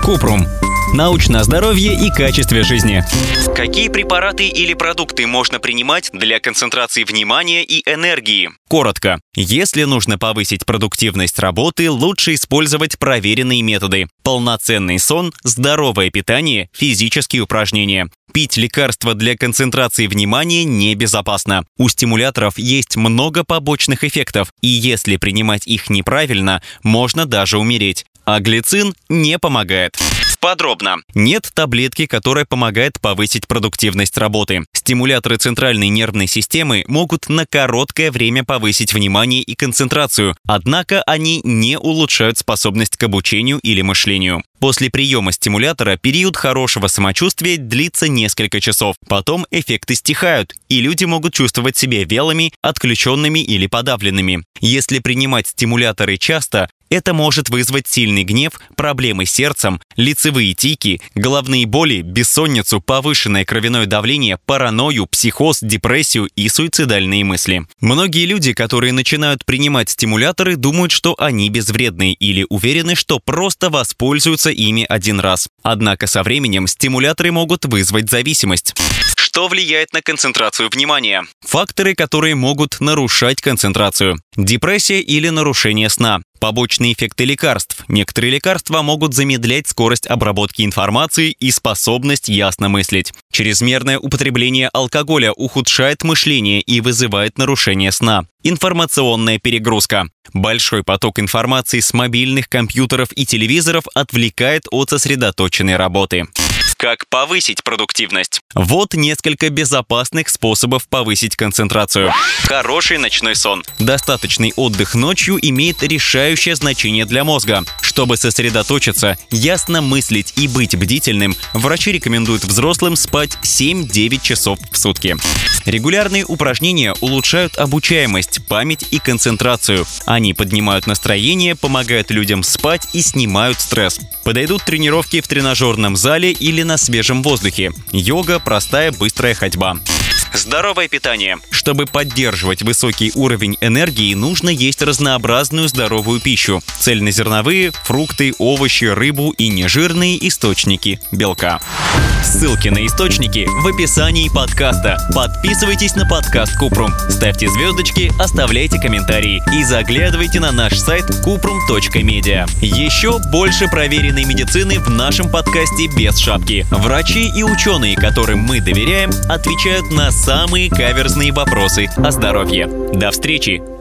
Купрум. Научное здоровье и качестве жизни. Какие препараты или продукты можно принимать для концентрации внимания и энергии? Коротко. Если нужно повысить продуктивность работы, лучше использовать проверенные методы. Полноценный сон, здоровое питание, физические упражнения. Пить лекарства для концентрации внимания небезопасно. У стимуляторов есть много побочных эффектов, и если принимать их неправильно, можно даже умереть. А глицин не помогает. Подробно. Нет таблетки, которая помогает повысить продуктивность работы. Стимуляторы центральной нервной системы могут на короткое время повысить внимание и концентрацию, однако они не улучшают способность к обучению или мышлению. После приема стимулятора период хорошего самочувствия длится несколько часов. Потом эффекты стихают, и люди могут чувствовать себя вялыми, отключенными или подавленными. Если принимать стимуляторы часто, это может вызвать сильный гнев, проблемы с сердцем, лицевые тики, головные боли, бессонницу, повышенное кровяное давление, паранойю, психоз, депрессию и суицидальные мысли. Многие люди, которые начинают принимать стимуляторы, думают, что они безвредны или уверены, что просто воспользуются ими один раз. Однако со временем стимуляторы могут вызвать зависимость. Что влияет на концентрацию внимания? Факторы, которые могут нарушать концентрацию. Депрессия или нарушение сна. Побочные эффекты лекарств. Некоторые лекарства могут замедлять скорость обработки информации и способность ясно мыслить. Чрезмерное употребление алкоголя ухудшает мышление и вызывает нарушение сна. Информационная перегрузка. Большой поток информации с мобильных компьютеров и телевизоров отвлекает от сосредоточенной работы. Как повысить продуктивность? Вот несколько безопасных способов повысить концентрацию. Хороший ночной сон. Достаточный отдых ночью имеет решающее значение для мозга. Чтобы сосредоточиться, ясно мыслить и быть бдительным, врачи рекомендуют взрослым спать 7-9 часов в сутки. Регулярные упражнения улучшают обучаемость, память и концентрацию. Они поднимают настроение, помогают людям спать и снимают стресс. Подойдут тренировки в тренажерном зале или на свежем воздухе. Йога, простая, быстрая ходьба. Здоровое питание. Чтобы поддерживать высокий уровень энергии, нужно есть разнообразную здоровую пищу. Цельнозерновые, фрукты, овощи, рыбу и нежирные источники белка. Ссылки на источники в описании подкаста. Подписывайтесь на подкаст Купрум, ставьте звездочки, оставляйте комментарии и заглядывайте на наш сайт kuprum.media. Еще больше проверенной медицины в нашем подкасте без шапки. Врачи и ученые, которым мы доверяем, отвечают на самые каверзные вопросы о здоровье. До встречи!